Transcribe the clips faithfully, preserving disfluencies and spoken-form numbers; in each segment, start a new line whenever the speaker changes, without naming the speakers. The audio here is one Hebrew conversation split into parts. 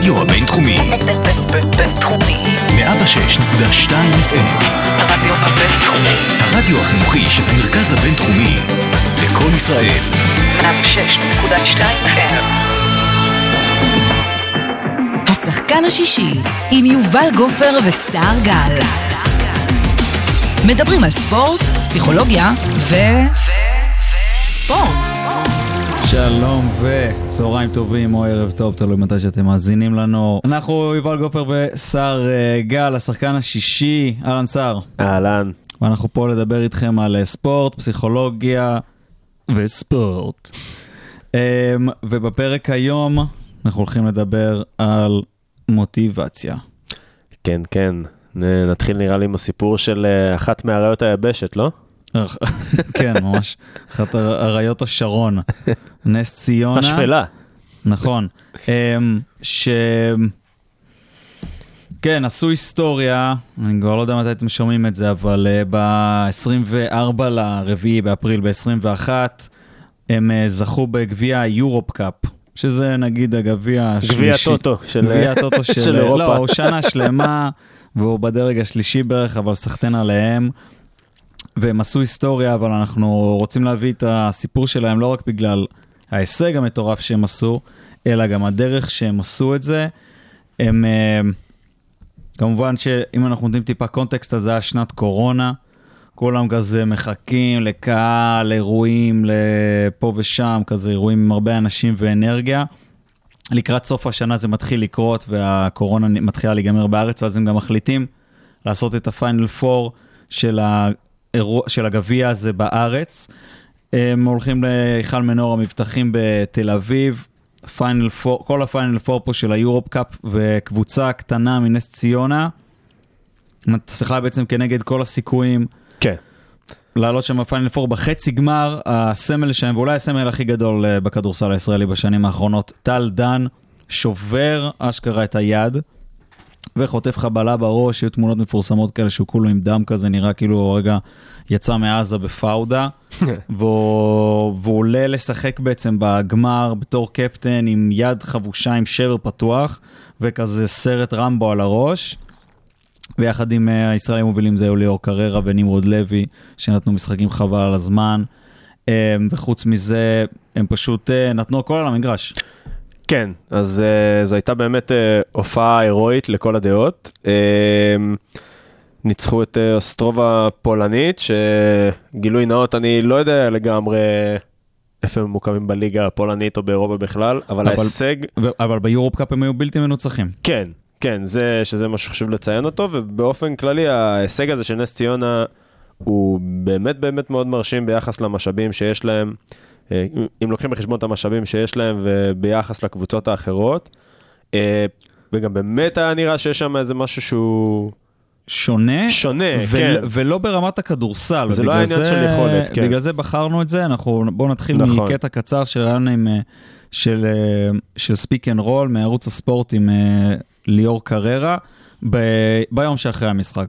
הרדיו הבינתחומי.
בינתחומי.
מאה ושש נקודה שתיים אף אם.
הרדיו הבינתחומי.
הרדיו החינוכי של המרכז הבינתחומי. לקול ישראל.
מאה ושש נקודה שתיים אף אם.
השחקן השישי עם יובל גופר וסער גל. מדברים על ספורט, פסיכולוגיה ו... ספורט.
שלום וצהריים טובים או ערב טוב, תלוי מתי שאתם מאזינים לנו. אנחנו יובל גופר וסער גל, השחקן השישי. אהלן סער.
אהלן.
ואנחנו פה לדבר איתכם על ספורט, פסיכולוגיה וספורט. ובפרק היום אנחנו הולכים לדבר על מוטיבציה.
כן, כן. נתחיל נראה לי עם הסיפור של אחת מהראיות היבשת, לא?
כן, ממש. אחת הראיות השרון. נס ציונה.
השפלה.
נכון. ש... כן, עשו היסטוריה, אני כבר לא יודע מתי אתם שומעים את זה, אבל ב-עשרים וארבעה לרביעי באפריל ב-עשרים ואחת, הם זכו בגביע היורופ קאפ. שזה נגיד הגביע השלישי.
גביע טוטו של,
גביע טוטו של,
של אירופה.
לא, הוא שנה שלמה, והוא בדרג השלישי בערך, אבל סחטן עליהם. והם עשו היסטוריה, אבל אנחנו רוצים להביא את הסיפור שלהם לא רק בגלל ההישג המטורף שהם עשו, אלא גם הדרך שהם עשו את זה. הם, כמובן שאם אנחנו נותנים טיפה קונטקסט, אז זה היה שנת קורונה, כולם כזה מחכים לקהל, אירועים, לפה ושם, כזה אירועים עם הרבה אנשים ואנרגיה. לקראת סוף השנה זה מתחיל לקרות, והקורונה מתחילה להיגמר בארץ, ואז הם גם מחליטים לעשות את הפיינל פור של, האירוע, של הגביע הזה בארץ. הם הולכים להיכל מנור המבטחים בתל אביב, פיינל פור, כל הפיינל פור פה של היורופ קאפ, וקבוצה קטנה מנס ציונה, סליחה בעצם כנגד כל הסיכויים,
כן.
לעלות שם הפיינל פור בחצי גמר, הסמל שם, ואולי הסמל הכי גדול בכדורסל הישראלי בשנים האחרונות, טל דן, שובר אשכרה את היד, וחוטף חבלה בראש, יהיו תמונות מפורסמות כאלה שהוא כולו עם דם כזה, נראה כאילו הוא רגע יצא מעזה בפאודה, והוא, והוא עולה לשחק בעצם בגמר בתור קפטן עם יד חבושה עם שבר פתוח, וכזה סרט רמבו על הראש, ויחד עם הישראלים מובילים זה היו ליאור קררה ונמרוד לוי, שנתנו משחקים חבל על הזמן, וחוץ מזה הם פשוט נתנו הכל על המגרש.
כן, אז uh, זו הייתה באמת uh, הופעה הירואית לכל הדעות. Uh, ניצחו את uh, אוסטרובה פולנית, שגילוי נאות אני לא יודע לגמרי איפה הם מוקמים בליגה הפולנית או באירופה בכלל, אבל, אבל ההישג...
אבל ביורופ קאפ הם היו בלתי מנוצחים.
כן, כן, זה, שזה מה שחשוב לציין אותו, ובאופן כללי ההישג הזה של נס ציונה הוא באמת באמת מאוד מרשים ביחס למשאבים שיש להם, אם לוקחים בחשבון את המשאבים שיש להם וביחס לקבוצות האחרות, וגם באמת היה נראה שיש שם איזה משהו שהוא...
שונה,
שונה,
ו-
כן.
ולא ברמת הכדורסל.
זה לא העניין של יכולת, כן.
בגלל זה בחרנו את זה, אנחנו, בואו נתחיל
נכון.
מקטע קצר של רעיון של, של ספיק אנד רול, מערוץ הספורט עם ליאור קררה, ב- ביום שאחרי המשחק.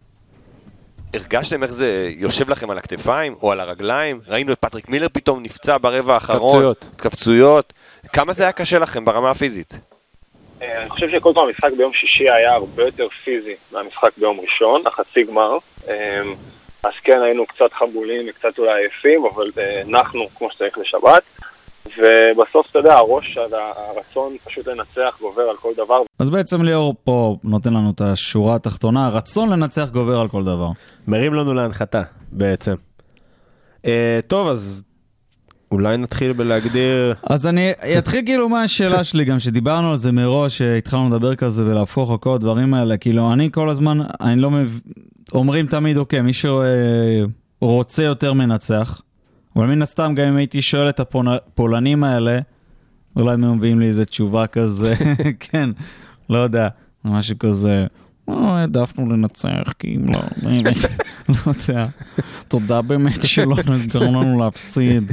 הרגשתם איך זה יושב לכם על הכתפיים או על הרגליים? ראינו את פטריק מילר פתאום נפצע ברבע האחרון.
קפצויות.
קפצויות. כמה זה היה קשה לכם ברמה הפיזית?
אני חושב שכל פעם המשחק ביום שישי היה הרבה יותר פיזי מהמשחק ביום ראשון, החצי גמר. אז כן, היינו קצת חבולים וקצת אולי עייפים, אבל נחנו כמו שצריך לשבת. ובסוף, אתה יודע, הראש, הרצון פשוט לנצח גובר על כל דבר.
אז בעצם ליאור פה נותן לנו את השורה התחתונה, הרצון לנצח גובר על כל דבר.
מרים לנו להנחתה, בעצם. אה, טוב, אז אולי נתחיל בלהגדיר...
אז אני אתחיל כאילו מהשאלה שלי, גם שדיברנו על זה מראש, שהתחלנו לדבר כזה ולהפוך על כל הדברים האלה, כאילו אני כל הזמן, אני לא מב... אומרים תמיד, אוקיי, מי שרוצה יותר מנצח, אבל מן הסתם גם אם הייתי שואל את הפולנים האלה, אולי הם מביאים לי איזו תשובה כזה, כן, לא יודע, משהו כזה, לא, העדפנו לנצח, כי אם לא, לא יודע, תודה באמת שלא נגרם לנו להפסיד.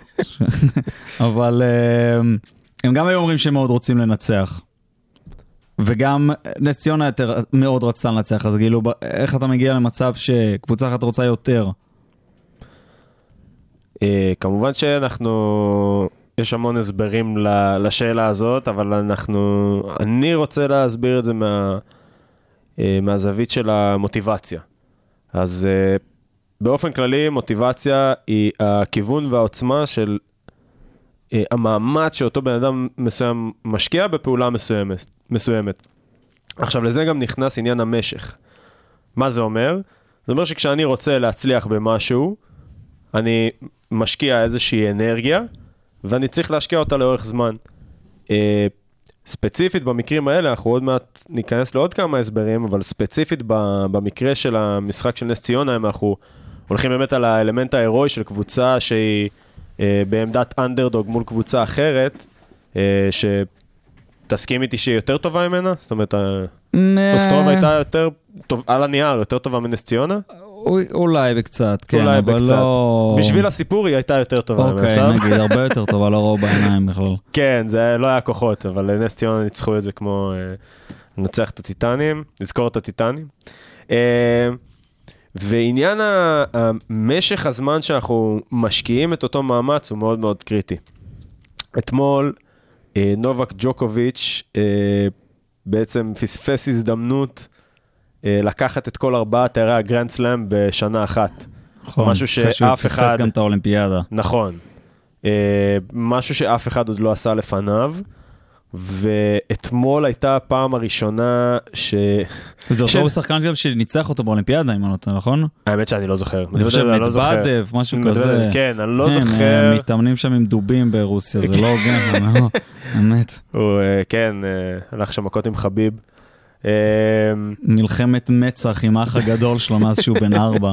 אבל הם גם היו אומרים שהם מאוד רוצים לנצח. וגם נס ציונה יותר מאוד רצתה לנצח, אז כאילו, איך אתה מגיע למצב שקבוצה אחת רוצה יותר?
כמובן שאנחנו יש המון הסברים ל- לשאלה הזאת, אבל אנחנו, אני רוצה להסביר את זה מה, אה, מהזווית של המוטיבציה. אז אה, באופן כללי, מוטיבציה היא הכיוון והעוצמה של אה, המאמץ שאותו בן אדם מסוים משקיע בפעולה מסוימת. מסוימת. עכשיו, לזה גם נכנס עניין המשך. מה זה אומר? זה אומר שכשאני רוצה להצליח במשהו, אני משקיע איזושהי אנרגיה, ואני צריך להשקיע אותה לאורך זמן. אה, ספציפית במקרים האלה, אנחנו עוד מעט ניכנס לעוד כמה הסברים, אבל ספציפית במקרה של המשחק של נס ציונה, אנחנו הולכים באמת על האלמנט ההירואי של קבוצה שהיא אה, בעמדת אנדרדוג מול קבוצה אחרת, אה, שתסכים איתי שהיא יותר טובה ממנה? זאת אומרת, אוסטרוב הייתה יותר טוב, על הנייר, יותר טובה מנס ציונה?
אולי בקצת, כן,
אולי
אבל
בקצת.
לא...
בשביל הסיפור היא הייתה יותר טובה.
אוקיי, נגיד, הרבה יותר טובה, לא ראו בעיניים בכלל.
כן, זה לא היה כוחות, אבל נס ציונה ניצחו את זה כמו לנצח את הטיטנים, לזכור את הטיטנים. ועניין המשך הזמן שאנחנו משקיעים את אותו מאמץ הוא מאוד מאוד קריטי. אתמול נובק ג'וקוביץ' בעצם פספס הזדמנות לקחת את כל ארבעה תארי הגרנד סלאם בשנה אחת.
נכון,
משהו שאף אחד...
פספס גם את האולימפיאדה.
נכון. משהו שאף אחד עוד לא עשה לפניו, ואתמול הייתה הפעם הראשונה ש...
זה אותו שחקן גם שניצח אותו באולימפיאדה, אם אני לא טועה, נכון?
האמת שאני לא זוכר.
אני חושב מדבדב, משהו כזה.
כן, אני לא זוכר.
הם מתאמנים שם עם דובים ברוסיה, זה לא הוגן, באמת.
הוא, כן, הלך שם מכות עם חביב.
מלחמת מצח עם האח הגדול שלו מאז שהוא בן ארבע.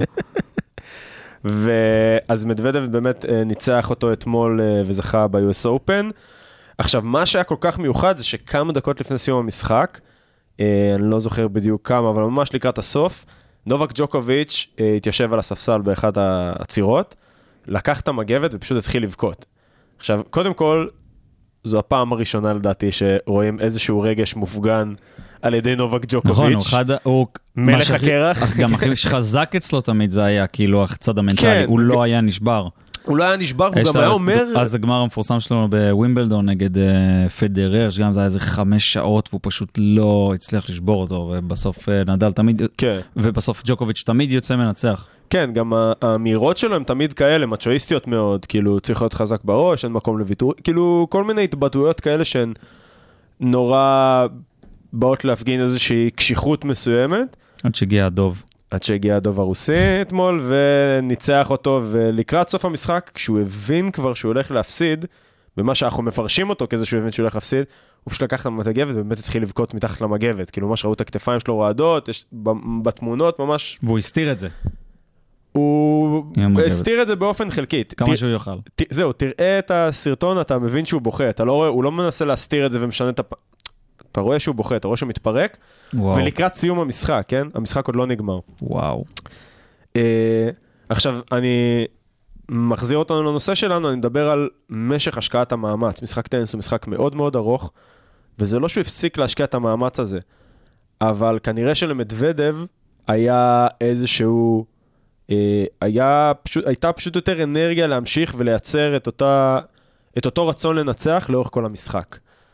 ואז מדוודב באמת ניצח אותו אתמול וזכה ב-יו אס Open. עכשיו, מה שהיה כל כך מיוחד זה שכמה דקות לפני סיום המשחק, אני לא זוכר בדיוק כמה, אבל ממש לקראת הסוף, נובק ג'וקוביץ' התיישב על הספסל באחד העצירות, לקח את המגבת ופשוט התחיל לבכות. עכשיו, קודם כל, זו הפעם הראשונה לדעתי שרואים איזשהו רגש מופגן על ידי נובק ג'וקוביץ'.
נכון, הוא אחד, הוא...
מלך הקרח.
גם הכי שחזק אצלו תמיד זה היה, כאילו, הצד המנטלי, הוא לא היה נשבר.
הוא לא היה נשבר, הוא גם היה אומר...
אז הגמר המפורסם שלנו בווימבלדון נגד פדרר, שגם זה היה איזה חמש שעות, והוא פשוט לא הצליח לשבור אותו, ובסוף נדל תמיד... ובסוף ג'וקוביץ' תמיד יוצא מנצח.
כן, גם האמירות שלו הן תמיד כאלה, מצ'ואיסטיות מאוד, כאילו צריך להיות חזק בראש, אין מקום לוויתור, כאילו כל מיני התבטאויות כאלה שהן נורא באות להפגין איזושהי קשיחות מסוימת.
עד שהגיע הדוב.
עד שהגיע הדוב הרוסי אתמול, וניצח אותו, ולקראת סוף המשחק, כשהוא הבין כבר שהוא הולך להפסיד, במה שאנחנו מפרשים אותו כזה שהוא הבין שהוא הולך להפסיד, הוא פשוט לקח את המגבת ובאמת התחיל לבכות מתחת למגבת, כאילו ממש ראו את הכתפיים שלו רעדות, יש בתמונות ממש...
והוא הסתיר את זה.
הוא הסתיר את זה באופן חלקית.
כמה שהוא יוכל.
זהו, תראה את הסרטון, אתה מבין שהוא בוכה, אתה לא רואה, הוא לא מנסה להסתיר את זה ומשנה את הפ... אתה רואה שהוא בוכה, אתה רואה שהוא מתפרק, ולקראת סיום המשחק, כן? המשחק עוד לא נגמר.
וואו.
עכשיו, אני מחזיר אותנו לנושא שלנו, אני מדבר על משך השקעת המאמץ. משחק טניס הוא משחק מאוד מאוד ארוך, וזה לא שהוא הפסיק להשקיע את המאמץ הזה, אבל כנראה שלמדוודב היה איזשהו... היה פשוט, הייתה פשוט יותר אנרגיה להמשיך ולייצר את, אותה, את אותו רצון לנצח לאורך כל המשחק.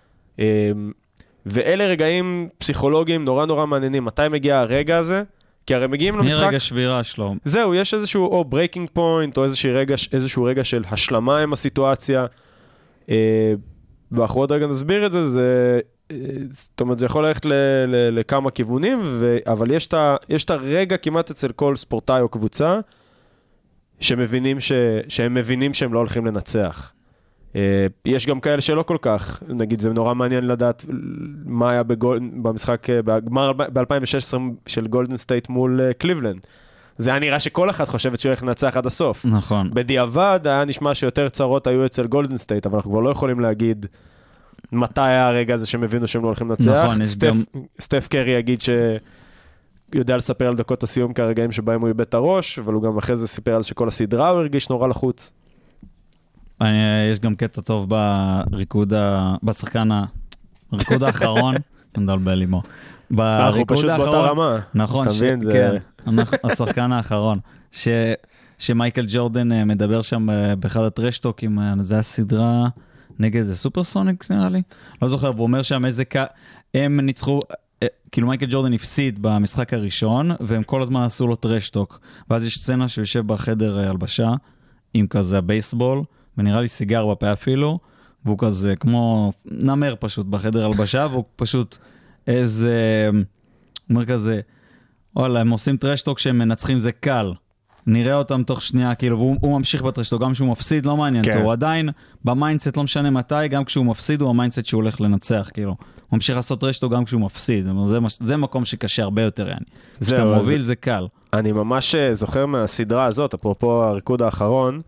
ואלה רגעים פסיכולוגיים נורא נורא מעניינים. מתי מגיע הרגע הזה? כי הרי מגיעים למשחק...
מי רגע שבירה שלו?
זהו, יש איזשהו או breaking point, או איזשהו רגע, איזשהו רגע של השלמה עם הסיטואציה. ואנחנו עוד רגע נסביר את זה, זה... זאת אומרת, זה יכול ללכת ל- ל- לכמה כיוונים, ו- אבל יש את ה- יש את הרגע כמעט אצל כל ספורטאי או קבוצה, שמבינים ש- שהם מבינים שהם לא הולכים לנצח. יש גם כאלה שלא כל כך, נגיד זה נורא מעניין לדעת מה היה בגול, במשחק, בגמר ב-אלפיים ושש עשרה של גולדן סטייט מול קליבלנד. זה היה נראה שכל אחד חושבת שהוא הולך לנצח עד הסוף.
נכון.
בדיעבד היה נשמע שיותר צרות היו אצל גולדן סטייט, אבל אנחנו כבר לא יכולים להגיד מתי היה הרגע הזה שהם הבינו שהם לא הולכים לנצח.
נכון,
סטף,
גם...
סטף קרי יגיד שיודע לספר על דקות הסיום כרגעים שבהם הוא איבד את הראש, אבל הוא גם אחרי זה סיפר על שכל הסדרה הוא הרגיש נורא לחוץ.
אני, יש גם קטע טוב בריקוד, בשחקן, הריקוד האחרון, נדלבל לימו.
אנחנו פשוט באותה רמה.
נכון, ש... כן, השחקן האחרון, ש... שמייקל ג'ורדן מדבר שם באחד הטרשטוקים, זה הסדרה, נגד סופרסוניקס נראה לי, לא זוכר, והוא אומר שם איזה, הם ניצחו, כאילו מייקל ג'ורדן הפסיד במשחק הראשון, והם כל הזמן עשו לו טרשטוק, ואז יש סצנה שהוא יושב בחדר הלבשה, עם כזה הבייסבול, ונראה לי סיגר בפה אפילו, והוא כזה כמו נמר פשוט בחדר הלבשה, והוא פשוט איזה, הוא אומר כזה, וואלה, הם עושים טרשטוק שהם מנצחים, זה קל. נראה אותם תוך שנייה, כאילו, והוא הוא ממשיך בטרשטוק, גם כשהוא מפסיד, לא מעניין, כן. הוא עדיין במיינדסט, לא משנה מתי, גם כשהוא מפסיד, הוא המיינדסט שהוא הולך לנצח, כאילו. הוא ממשיך לעשות טרשטוק גם כשהוא מפסיד, זה, זה מקום שקשה הרבה יותר, yani. כשאתה מוביל, זה קל.
אני ממש זוכר מהסדרה הזאת, אפרופו הריקוד האחרון,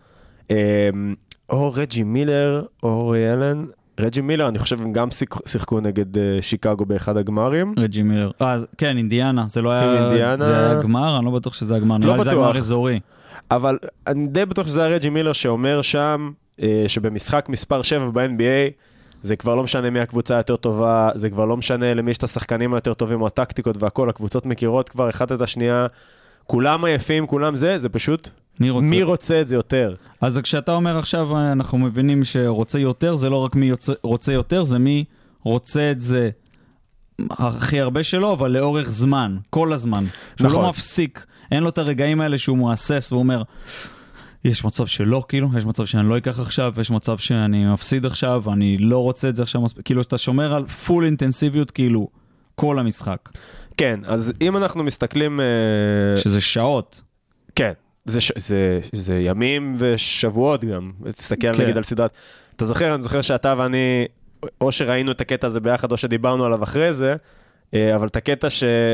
או רג'י מילר, או אורי אלן, רג'י מילר, אני חושב, הם גם שיחקו נגד שיקגו באחד הגמרים.
רג'י מילר. אה, כן, אינדיאנה. זה לא היה... זה היה גמר? אני לא בטוח שזה היה גמר. נראה לי זה היה גמר אזורי.
אבל אני די בטוח שזה היה רג'י מילר שאומר שם, שבמשחק מספר שבע ב-אן בי איי, זה כבר לא משנה מי הקבוצה היותר טובה, זה כבר לא משנה למי יש את השחקנים היותר טובים, או הטקטיקות והכל, הקבוצות מכירות כבר אחת את השנייה, כולם עייפים, כולם זה, זה פשוט... מי רוצה? מי רוצה את זה יותר?
אז כשאתה אומר עכשיו, אנחנו מבינים שרוצה יותר, זה לא רק מי יוצא, רוצה יותר, זה מי רוצה את זה הכי הרבה שלו, אבל לאורך זמן, כל הזמן. שהוא נכון. לא מפסיק, אין לו את הרגעים האלה שהוא מואסס, והוא אומר, יש מצב שלא, כאילו, יש מצב שאני לא אקח עכשיו, יש מצב שאני מפסיד עכשיו, אני לא רוצה את זה עכשיו, כאילו, שאתה שומר על פול אינטנסיביות, כאילו, כל המשחק.
כן, אז אם אנחנו מסתכלים...
שזה שעות.
כן. זה, זה, זה ימים ושבועות גם, תסתכל כן. נגיד על סדרת, אתה זוכר, אני זוכר שאתה ואני, או שראינו את הקטע הזה ביחד, או שדיברנו עליו אחרי זה, אבל את הקטע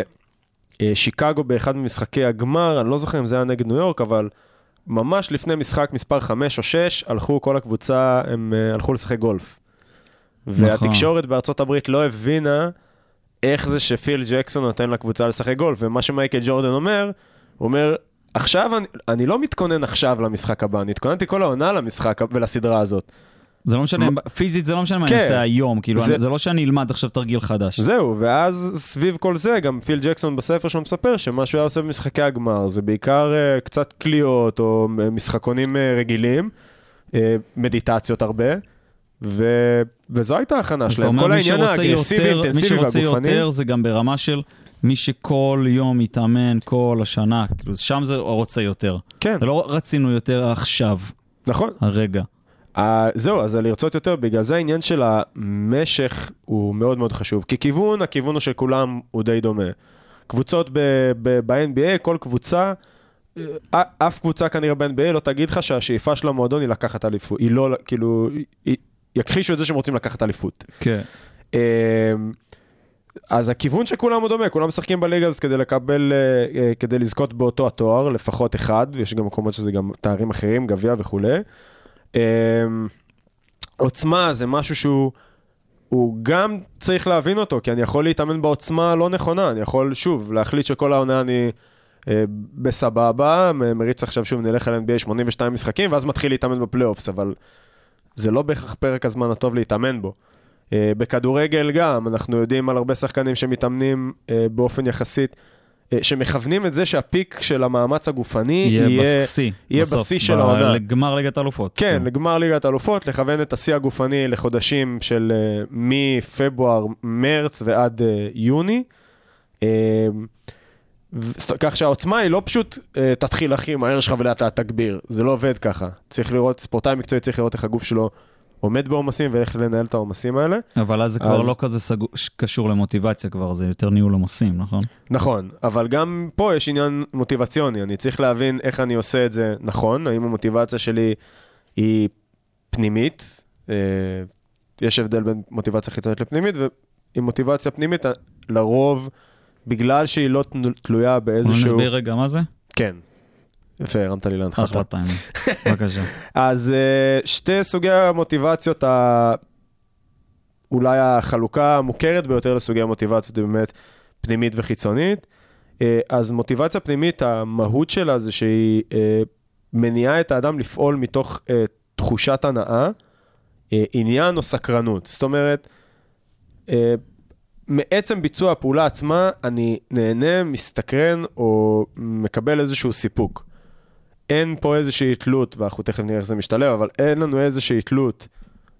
ששיקגו באחד ממשחקי הגמר, אני לא זוכר אם זה היה נגד ניו יורק, אבל ממש לפני משחק מספר חמש או שש, הלכו כל הקבוצה, הם הלכו לשחק גולף. והתקשורת בארצות הברית לא הבינה איך זה שפיל ג'קסון נותן לקבוצה לשחק גולף, ומה שמייקל ג'ורדן אומר, הוא אומר, עכשיו, אני, אני לא מתכונן עכשיו למשחק הבא, אני התכוננתי כל העונה למשחק ולסדרה הזאת.
זה לא משנה, מה... פיזית זה לא משנה מה כן. אני עושה היום, כאילו, זה... אני, זה לא שאני אלמד עכשיו תרגיל חדש.
זהו, ואז סביב כל זה, גם פיל ג'קסון בספר שהוא מספר, שמה שהוא היה עושה במשחקי הגמר, זה בעיקר uh, קצת קליות, או uh, משחקונים uh, רגילים, uh, מדיטציות הרבה, ו... וזו הייתה ההכנה שלהם. כל העניין האגרסיבי, אינטנסיבי והגופני. מי שרוצה יותר זה גם ברמה של... מי שכל יום מתאמן כל השנה, כאילו, שם זה רוצה יותר. כן. זה לא רצינו יותר עכשיו. נכון.
הרגע.
Uh, זהו, אז לרצות יותר, בגלל זה העניין של המשך הוא מאוד מאוד חשוב. כי כיוון, הכיוון של כולם הוא די דומה. קבוצות ב-אן בי איי, כל קבוצה, אף קבוצה כנראה ב-אן בי איי לא תגיד לך שהשאיפה של המועדון היא לקחת אליפות. היא לא, כאילו, היא, יכחישו את זה שהם רוצים לקחת אליפות.
כן.
Uh, אז הכיוון שכולם הוא דומה, כולם משחקים בליגה הזאת כדי לקבל, כדי לזכות באותו התואר, לפחות אחד, ויש גם מקומות שזה גם תארים אחרים, גביע וכו'. עוצמה זה משהו שהוא הוא גם צריך להבין אותו, כי אני יכול להתאמן בעוצמה לא נכונה, אני יכול שוב להחליט שכל העונה אני בסבבה, מריץ עכשיו שוב נלך על אן בי איי שמונים ושתיים משחקים, ואז מתחיל להתאמן בפלייאופס, אבל זה לא בהכרח פרק הזמן הטוב להתאמן בו. בכדורגל גם, אנחנו יודעים על הרבה שחקנים שמתאמנים באופן יחסית, שמכוונים את זה שהפיק של המאמץ הגופני יהיה בשיא של העונה.
לגמר ליגת אלופות.
כן, לגמר ליגת אלופות, לכוון את השיא הגופני לחודשים של מפברואר, מרץ ועד יוני. כך שהעוצמה היא לא פשוט תתחיל הכי מהר שלך ולאט לאט תגביר. זה לא עובד ככה. צריך לראות, ספורטאי מקצועי צריך לראות איך הגוף שלו עומד בעומסים ואיך לנהל את העומסים האלה.
אבל אז זה כבר לא כזה קשור למוטיבציה כבר, זה יותר ניהול עומסים, נכון?
נכון, אבל גם פה יש עניין מוטיבציוני, אני צריך להבין איך אני עושה את זה נכון, האם המוטיבציה שלי היא פנימית, יש הבדל בין מוטיבציה חיצונית לפנימית, ועם מוטיבציה פנימית, לרוב, בגלל שהיא לא תלויה באיזשהו...
בוא נסביר רגע מה זה?
כן. יפה, הרמת לי להנחתה.
אחלה טיים, בבקשה.
אז שתי סוגי המוטיבציות, אולי החלוקה המוכרת ביותר לסוגי המוטיבציות, היא באמת פנימית וחיצונית. אז מוטיבציה פנימית, המהות שלה זה שהיא מניעה את האדם לפעול מתוך תחושת הנאה, עניין או סקרנות. זאת אומרת, מעצם ביצוע הפעולה עצמה, אני נהנה, מסתקרן או מקבל איזשהו סיפוק. אין פה איזושהי תלות, ואנחנו תכף נראה איך זה משתלב, אבל אין לנו איזושהי תלות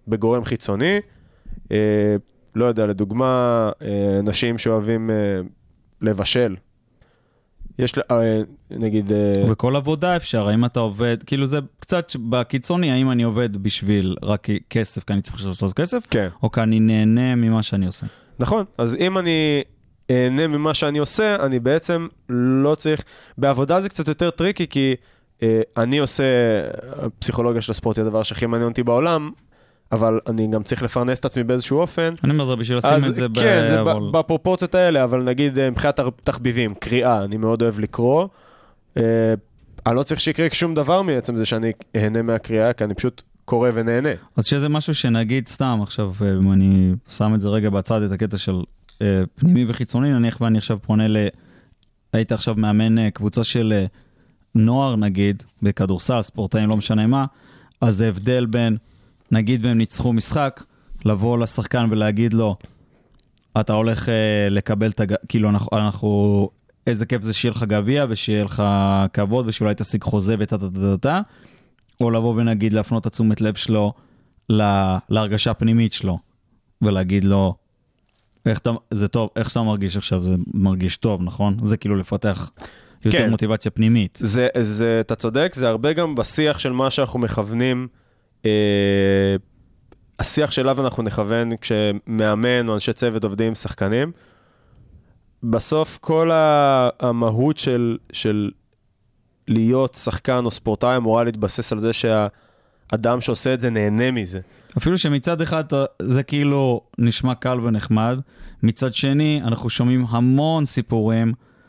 בגורם חיצוני. אה, לא יודע, לדוגמה, אה, אנשים שאוהבים אה, לבשל. יש, אה, נגיד... אה,
בכל עבודה אפשר, האם אתה עובד, כאילו זה קצת בקיצוני, האם אני עובד בשביל רק כסף, כי אני צריך לעשות כסף,
כן.
או כי אני נהנה ממה שאני עושה.
נכון, אז אם אני אהנה ממה שאני עושה, אני בעצם לא צריך... בעבודה זה קצת יותר טריקי, כי אה, אני עושה... הפסיכולוגיה של הספורט היא הדבר שהכי מעניין אותי בעולם, אבל אני גם צריך לפרנס את עצמי באיזשהו אופן.
אני אומר זה בשביל לשים
אז,
את זה ב...
כן, זה
אבל...
בפרופורציות האלה, אבל נגיד מבחינת תחביבים, קריאה, אני מאוד אוהב לקרוא. אה, אני לא צריך שיקרה שום דבר מעצם זה שאני אהנה מהקריאה, כי אני פשוט קורא ונהנה.
אז שזה משהו שנגיד סתם, עכשיו, אם אני שם את זה רגע בצד, את הקטע של אה, פנימי וחיצוני, נניח ואני עכשיו פונה ל... היית עכשיו מאמן אה, קבוצה של אה, נוער, נגיד, בכדורסל, ספורטאים, לא משנה מה, אז זה הבדל בין, נגיד והם ניצחו משחק, לבוא לשחקן ולהגיד לו, אתה הולך אה, לקבל את הג... כאילו אנחנו, אנחנו... איזה כיף זה שיהיה לך גביע, ושיהיה לך כבוד, ושאולי תשיג חוזה ותתתתתת, או לבוא ונגיד להפנות את תשומת לב שלו לה, להרגשה הפנימית שלו, ולהגיד לו, איך אתה, זה טוב, איך אתה מרגיש עכשיו, זה מרגיש טוב, נכון? זה כאילו לפתח יותר
כן.
מוטיבציה פנימית.
זה, זה, אתה צודק, זה הרבה גם בשיח של מה שאנחנו מכוונים, אה, השיח שלו אנחנו נכוון כשמאמן או אנשי צוות עובדים עם שחקנים, בסוף כל המהות של, של להיות שחקן או ספורטאי אמורה להתבסס על זה שהאדם שעושה את זה נהנה מזה.
אפילו שמצד אחד זה כאילו נשמע קל ונחמד, מצד שני אנחנו שומעים המון סיפורים,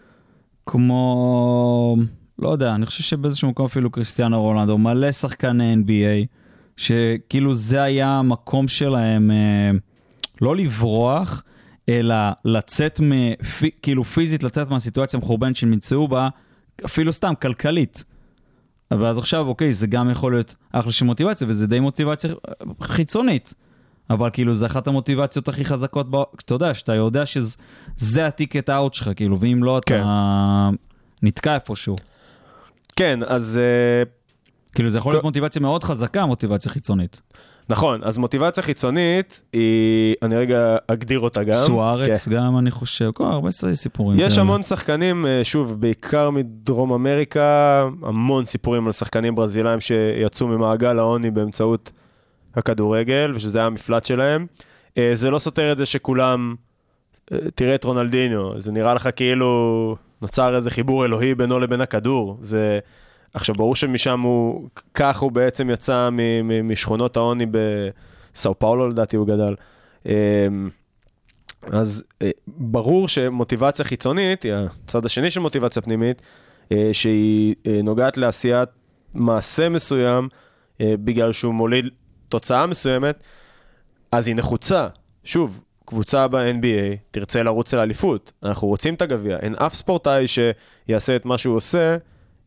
כמו, לא יודע, אני חושב שבאיזשהו מקום אפילו קריסטיאנו רונלדו, מלא שחקני אן בי איי, שכאילו זה היה המקום שלהם, לא לברוח, אלא לצאת, מפ... כאילו פיזית לצאת מהסיטואציה המחורבנת שנמצאו בה, אפילו סתם כלכלית. ואז עכשיו, אוקיי, זה גם יכול להיות אחלה של מוטיבציה, וזה די מוטיבציה חיצונית. אבל כאילו, זה אחת המוטיבציות הכי חזקות, בא... אתה יודע, שאתה יודע שזה הטיקט האוט שלך, כאילו, ואם לא, אתה כן. נתקע איפשהו.
כן, אז...
כאילו, זה יכול להיות מוטיבציה מאוד חזקה, מוטיבציה חיצונית.
נכון, אז מוטיבציה חיצונית, היא, אני רגע אגדיר אותה גם.
סוארץ גם, אני חושב, כל הרבה סיפורים.
יש המון שחקנים, שוב, בעיקר מדרום אמריקה, המון סיפורים על שחקנים ברזילאים שיצאו ממעגל העוני באמצעות הכדורגל, ושזה היה המפלט שלהם. זה לא סותר את זה שכולם, תראה את רונלדיניו, זה נראה לך כאילו נוצר איזה חיבור אלוהי בינו לבין הכדור. זה... עכשיו, ברור שמשם הוא, כך הוא בעצם יצא משכונות העוני בסאו פאולו, לדעתי הוא גדל. אז ברור שמוטיבציה חיצונית, היא הצד השני של מוטיבציה פנימית, שהיא נוגעת לעשיית מעשה מסוים, בגלל שהוא מוליד תוצאה מסוימת, אז היא נחוצה. שוב, קבוצה ב-אן בי איי תרצה לרוץ על אליפות. אנחנו רוצים את הגביע. אין אף ספורטאי שיעשה את מה שהוא עושה,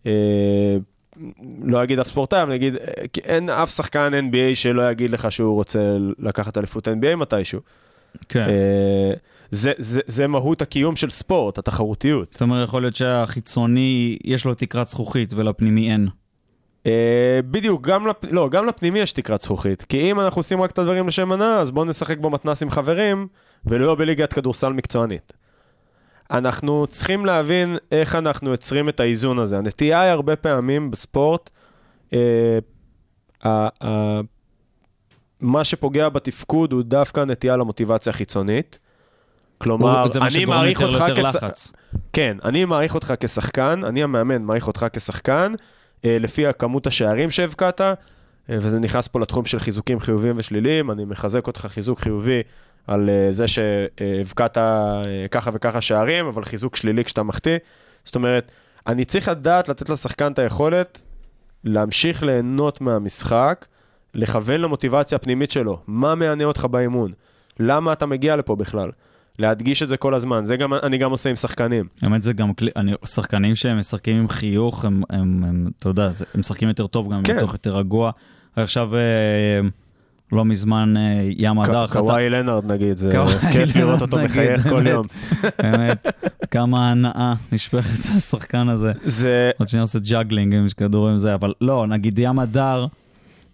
לא אגיד אף ספורטאי, אבל נגיד, אין אף שחקן אן בי איי שלא יגיד לך שהוא רוצה לקחת אליפות אן בי איי מתישהו.
כן.
זה, זה, זה מהות הקיום של ספורט, התחרותיות.
זאת אומרת, יכול להיות שהחיצוני יש לו תקרת זכוכית ולפנימי אין.
בדיוק, גם, לפ... לא, גם לפנימי יש תקרת זכוכית. כי אם אנחנו עושים רק את הדברים לשם מנה, אז בואו נשחק במתנ"ס עם חברים, ולא בליגת כדורסל מקצוענית. אנחנו צריכים להבין איך אנחנו יוצרים את האיזון הזה. הנטייה היא הרבה פעמים בספורט, אה, אה, אה, מה שפוגע בתפקוד הוא דווקא נטייה למוטיבציה חיצונית. כלומר, אני מעריך אותך כש... כן, אני מעריך אותך כשחקן, אני המאמן מעריך אותך כשחקן, אה, לפי הכמות השערים שהבקעת, אה, וזה נכנס פה לתחום של חיזוקים חיוביים ושליליים, אני מחזק אותך חיזוק חיובי, על זה שהבקעת ככה וככה שערים, אבל חיזוק שלילי כשאתה מחטיא. זאת אומרת, אני צריך לדעת לתת לשחקן את היכולת להמשיך ליהנות מהמשחק, לכוון למוטיבציה הפנימית שלו. מה מעניין אותך באימון? למה אתה מגיע לפה בכלל? להדגיש את זה כל הזמן. זה גם, אני גם עושה עם שחקנים.
באמת זה גם, אני, שחקנים שהם משחקים עם חיוך, הם, הם, הם, אתה יודע, הם משחקים יותר טוב, גם מתוך יותר רגוע. עכשיו... לא מזמן ים הדר.
קוואי לנארד נגיד, זה כיף לראות אותו מחייך כל יום.
באמת, כמה הנאה נשפכת השחקן הזה. עוד שאני עושה ג'אגלינג עם כדורים זה, אבל לא, נגיד ים הדר,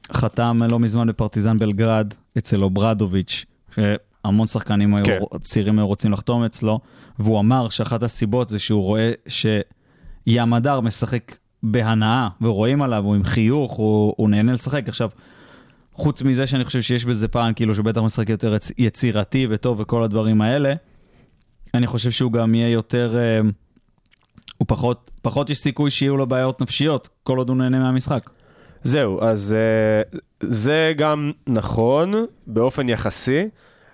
חתם לא מזמן בפרטיזן בלגרד אצל אוברדוביץ', שהמון שחקנים
כן.
היו, צעירים היו רוצים לחתום אצלו, והוא אמר שאחת הסיבות זה שהוא רואה שימדר משחק בהנאה, ורואים עליו, הוא עם חיוך, הוא, הוא נהנה לשחק. עכשיו, חוץ מזה שאני חושב שיש בזה פעם, כאילו שבטח משחק יותר יצירתי וטוב וכל הדברים האלה, אני חושב שהוא גם יהיה יותר, הוא פחות, פחות יש סיכוי שיהיו לו בעיות נפשיות, כל עוד הוא נהנה מהמשחק.
זהו, אז זה גם נכון, באופן יחסי,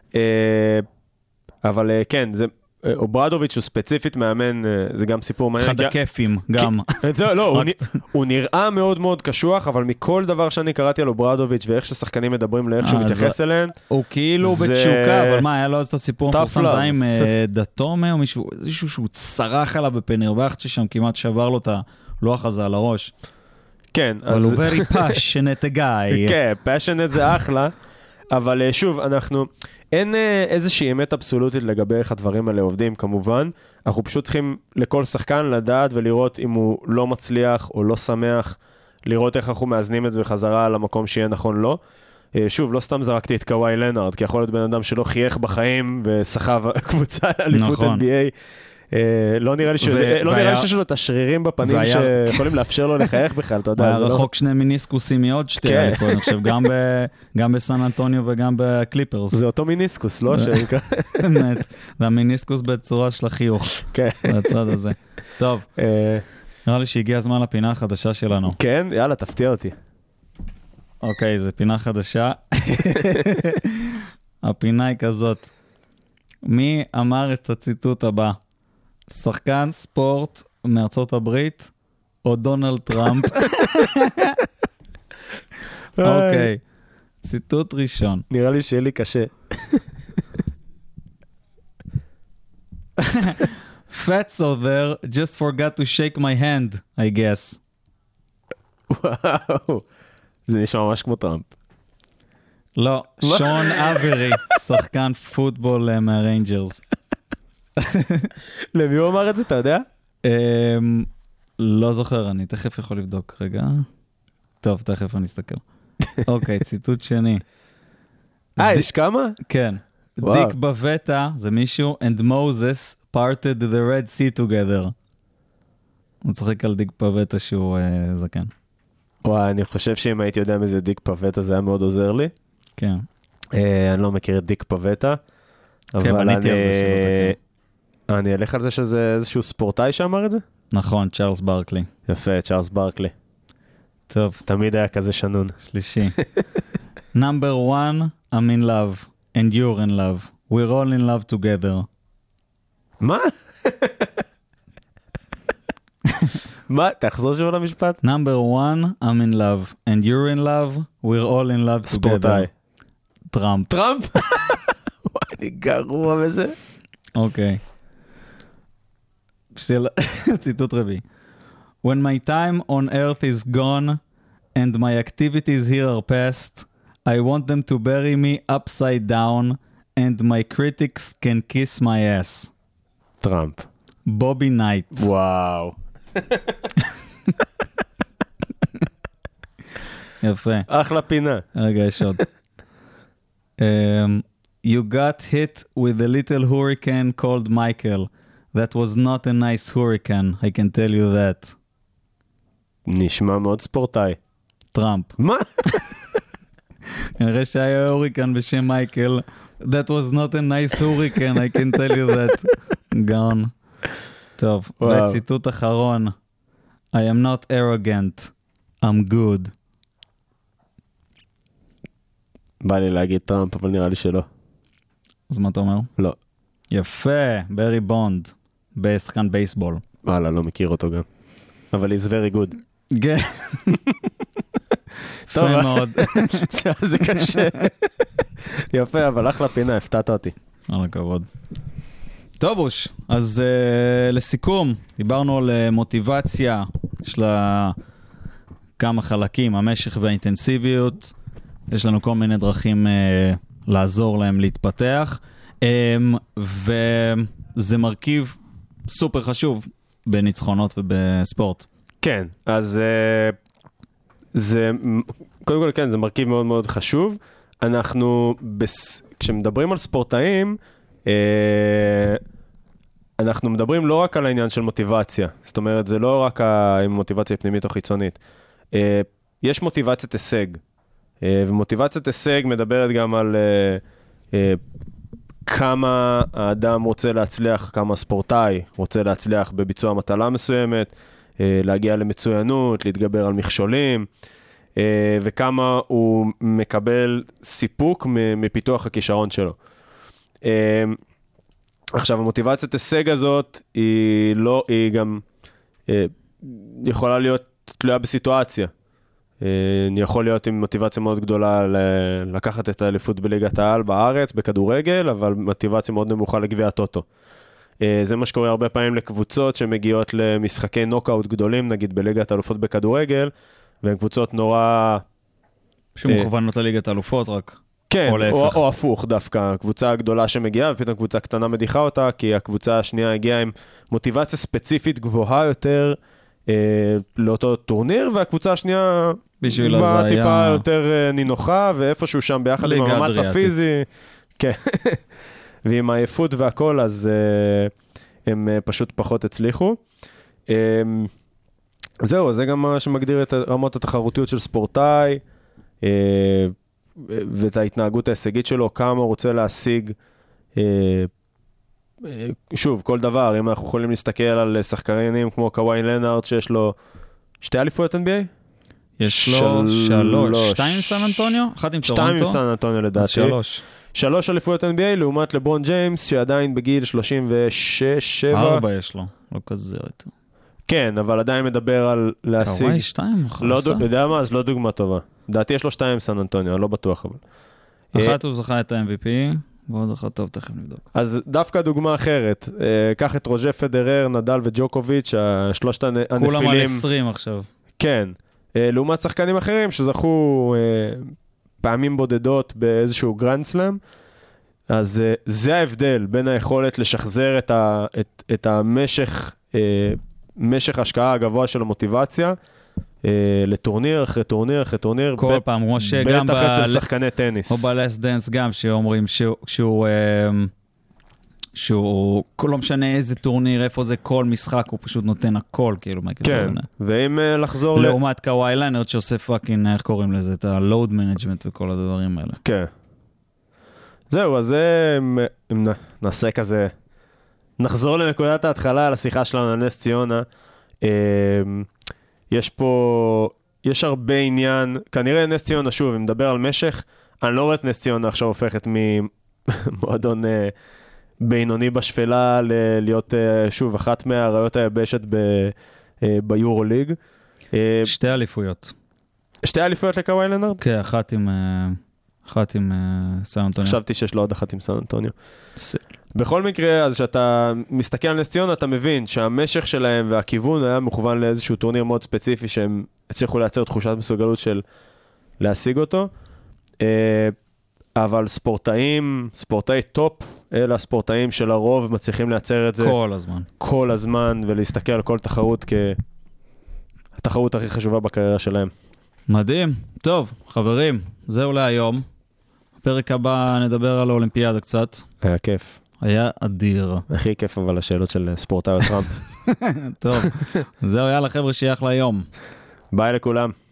אבל כן, זה... אוברדוביץ' הוא ספציפית מאמן, זה גם סיפור מעניין.
אחד הכיפים, גם.
לא, הוא נראה מאוד מאוד קשוח, אבל מכל דבר שאני קראתי על אוברדוביץ' ואיך ששחקנים מדברים לאיך שהוא מתייחס אליהם.
הוא כאילו בתשוקה, אבל מה, היה לו אז את הסיפור מפורסם, זה עם דתומה או מישהו, איזשהו שהוא צרח עליו בפנרבכט, ששם כמעט שבר לו את הלוח הזה על הראש.
כן.
אבל הוא very passionate guy.
כן, passionate זה אחלה. אבל שוב, אנחנו, אין איזושהי אמת אבסולוטית לגבי איך הדברים האלה עובדים, כמובן. אנחנו פשוט צריכים לכל שחקן לדעת ולראות אם הוא לא מצליח או לא שמח, לראות איך אנחנו מאזנים את זה בחזרה למקום שיהיה נכון לו. שוב, לא סתם זרקתי את קוואי לנארד, כי יכול להיות בן אדם שלא חייך בחיים וסחב קבוצה לאליפות אן בי איי. לא נראה לי שיש לו את השרירים בפנים שיכולים לאפשר לו לחייך בכלל, אתה יודע.
היה רחוק שני מיניסקוסים מעוד שתי אליפות, אני חושב, גם בסן אנטוניו וגם בקליפרס.
זה אותו מיניסקוס, לא?
באמת, זה המיניסקוס בצורה של החיוך, בצד הזה. טוב, נראה לי שהגיע הזמן לפינה החדשה שלנו.
כן, יאללה, תפתיע אותי.
אוקיי, זו פינה חדשה. הפינה היא כזאת. מי אמר את הציטוט הבא? שחקן ספורט מארצות הברית או דונלד טראמפ? אוקיי, ציטוט ראשון.
נראה לי שיהיה לי קשה.
Fatso there just forgot to shake my hand, I guess.
וואו, זה נשמע ממש כמו טראמפ.
לא, שון אברי, שחקן פוטבול מהריינג'רס.
למי הוא אמר את זה, אתה יודע?
לא זוכר, אני תכף יכול לבדוק רגע. טוב, תכף אני אסתכל. אוקיי, ציטוט שני.
אה, יש כמה?
כן. דיק בבטה, זה מישהו, and Moses parted the Red Sea together. הוא צוחק על דיק בבטה שהוא זקן.
וואי, אני חושב שאם הייתי יודע מזה דיק פבטה, זה היה מאוד עוזר לי.
כן.
אני לא מכיר את דיק פבטה, אבל אני... אני אלך על זה שזה איזשהו ספורטאי שאמר את זה?
נכון, צ'ארלס ברקלי.
יפה, צ'ארלס ברקלי.
טוב.
תמיד היה כזה שנון.
שלישי. Number one, I'm in love, and you're in love. We're all in love together.
מה? מה? תחזור שוב למשפט.
Number one, I'm in love, and you're in love. We're all in love together.
ספורטאי.
טראמפ.
טראמפ? וואי, אני גרוע בזה.
אוקיי. ציטוט רביעי. When my time on earth is gone and my activities here are past, I want them to bury me upside down and my critics can kiss my ass.
טראמפ.
בובי נייט.
וואו.
יפה.
אחלה פינה.
רגע, יש עוד. Um, you got hit with a little hurricane called Michael. That was not a nice hurricane, I can tell you that.
נשמע מאוד ספורטאי.
טראמפ.
מה?
כנראה שהיה הוריקן בשם מייקל. That was not a nice hurricane, I can tell you that. גאון. טוב, וציטוט אחרון. I am not arrogant, I'm good.
בא לי להגיד טראמפ, אבל נראה לי שלא.
אז מה אתה אומר?
לא.
יפה, ברי בונד, בשחקן בייסבול.
וואלה, לא מכיר אותו גם. אבל he's very good.
כן. טוב מאוד.
זה קשה. יפה, אבל אחלה פינה, הפתעת אותי.
על הכבוד. טוב, אוש, אז uh, לסיכום, דיברנו על uh, מוטיבציה, יש לה כמה חלקים, המשך והאינטנסיביות, יש לנו כל מיני דרכים uh, לעזור להם להתפתח, um, וזה מרכיב סופר חשוב בניצחונות ובספורט.
כן, אז uh, זה, קודם כל כן, זה מרכיב מאוד מאוד חשוב. אנחנו, בס... כשמדברים על ספורטאים, אה... אנחנו מדברים לא רק על העניין של מוטיבציה. זאת אומרת, זה לא רק המוטיבציה פנימית או חיצונית. אה... יש מוטיבציית הישג. אה... ומוטיבציית הישג מדברת גם על אה... אה... כמה האדם רוצה להצליח, כמה ספורטאי רוצה להצליח בביצוע מטלה מסוימת, אה... להגיע למצוינות, להתגבר על מכשולים. וכמה הוא מקבל סיפוק מפיתוח הכישרון שלו. עכשיו, המוטיבציית הישג הזאת היא לא, היא גם יכולה להיות תלויה בסיטואציה. אני יכול להיות עם מוטיבציה מאוד גדולה לקחת את האליפות בליגת העל בארץ, בכדורגל, אבל מוטיבציה מאוד נמוכה לגביע הטוטו. זה מה שקורה הרבה פעמים לקבוצות שמגיעות למשחקי נוקאוט גדולים, נגיד בליגת האלופות בכדורגל, והן קבוצות נורא...
שמוכוונות לליגת האלופות רק.
כן, או, או, או הפוך דווקא. קבוצה גדולה שמגיעה, ופתאום קבוצה קטנה מדיחה אותה, כי הקבוצה השנייה הגיעה עם מוטיבציה ספציפית גבוהה יותר אה, לאותו טורניר, והקבוצה השנייה באה טיפה היה... יותר אה, נינוחה, ואיפשהו שם ביחד עם המאמץ הפיזי. כן. ועם העייפות והכל, אז אה, הם אה, פשוט פחות הצליחו. אה, זהו, זה גם מה שמגדיר את רמות התחרותיות של ספורטאי, ואת ההתנהגות ההישגית שלו, כמה הוא רוצה להשיג. שוב, כל דבר, אם אנחנו יכולים להסתכל על שחקנים כמו קוואי לנארד, שיש לו שתי אליפויות אן בי איי?
יש לו שלוש. שתיים עם סן אנטוניו? אחת עם טורונטו?
שתיים עם סן אנטוניו לדעתי.
אז שלוש.
שלוש אליפויות אן בי איי, לעומת לברון ג'יימס, שעדיין בגיל שלושים ושש שבע.
ארבע יש לו, לא כזה יותר.
כן, אבל עדיין מדבר על להשיג...
קוואי שתיים,
לא, יודע מה, אז לא דוגמה טובה. דעתי יש לו שתיים עם סן אנטוניו, אני לא בטוח אבל.
אחת הוא זכה את ה-אם וי פי, ועוד אחת טוב, תכף נבדוק.
אז דווקא דוגמה אחרת, קח את רוג'ר פדרר, נדל וג'וקוביץ', השלושת הנפילים...
כולם על עשרים עכשיו.
כן, לעומת שחקנים אחרים שזכו פעמים בודדות באיזשהו גרנד סלאם, אז זה ההבדל בין היכולת לשחזר את, ה, את, את המשך, משך ההשקעה הגבוה של המוטיבציה, לטורניר אחרי טורניר אחרי טורניר.
כל ב- פעם, כמו שגם...
בטח אצל שחקני טניס.
או בלס דנס גם, שאומרים שהוא... שהוא שהוא, לא משנה איזה טורניר, איפה זה, כל משחק, הוא פשוט נותן הכל, כאילו, מייקל
ג'ורדן. כן, ואם לחזור...
לעומת קוואי לנארד, שעושה פאקינג, איך קוראים לזה, את ה-load management וכל הדברים האלה.
כן. זהו, אז אם נעשה כזה, נחזור לנקודת ההתחלה על השיחה שלנו על נס ציונה. יש פה, יש הרבה עניין, כנראה נס ציונה, שוב, אם מדבר על משך, אני לא רואה את נס ציונה עכשיו הופכת ממועדון... בינוני בשפלה להיות שוב אחת מהראיות היבשת ביורו ליג.
שתי אליפויות.
שתי אליפויות לקוואי לנארד?
כן, אחת עם אחת עם סן אנטוניו.
חשבתי שיש לו עוד אחת עם סן אנטוניו. בכל מקרה, אז שאתה מסתכל על נס ציונה, אתה מבין שהמשך שלהם והכיוון היה מכוון לאיזשהו טורניר מאוד ספציפי שהם הצליחו לייצר תחושת מסוגלות של להשיג אותו. אבל ספורטאים, ספורטאי טופ, אלה הספורטאים של הרוב מצליחים לייצר את זה
כל הזמן.
כל הזמן, ולהסתכל על כל תחרות כהתחרות הכי חשובה בקריירה שלהם.
מדהים. טוב, חברים, זהו להיום. בפרק הבא נדבר על האולימפיאדה קצת.
היה כיף.
היה אדיר.
הכי כיף אבל השאלות של ספורטאי טראמפ.
טוב, זהו, יאללה חבר'ה, שיהיה אחלה יום.
ביי לכולם.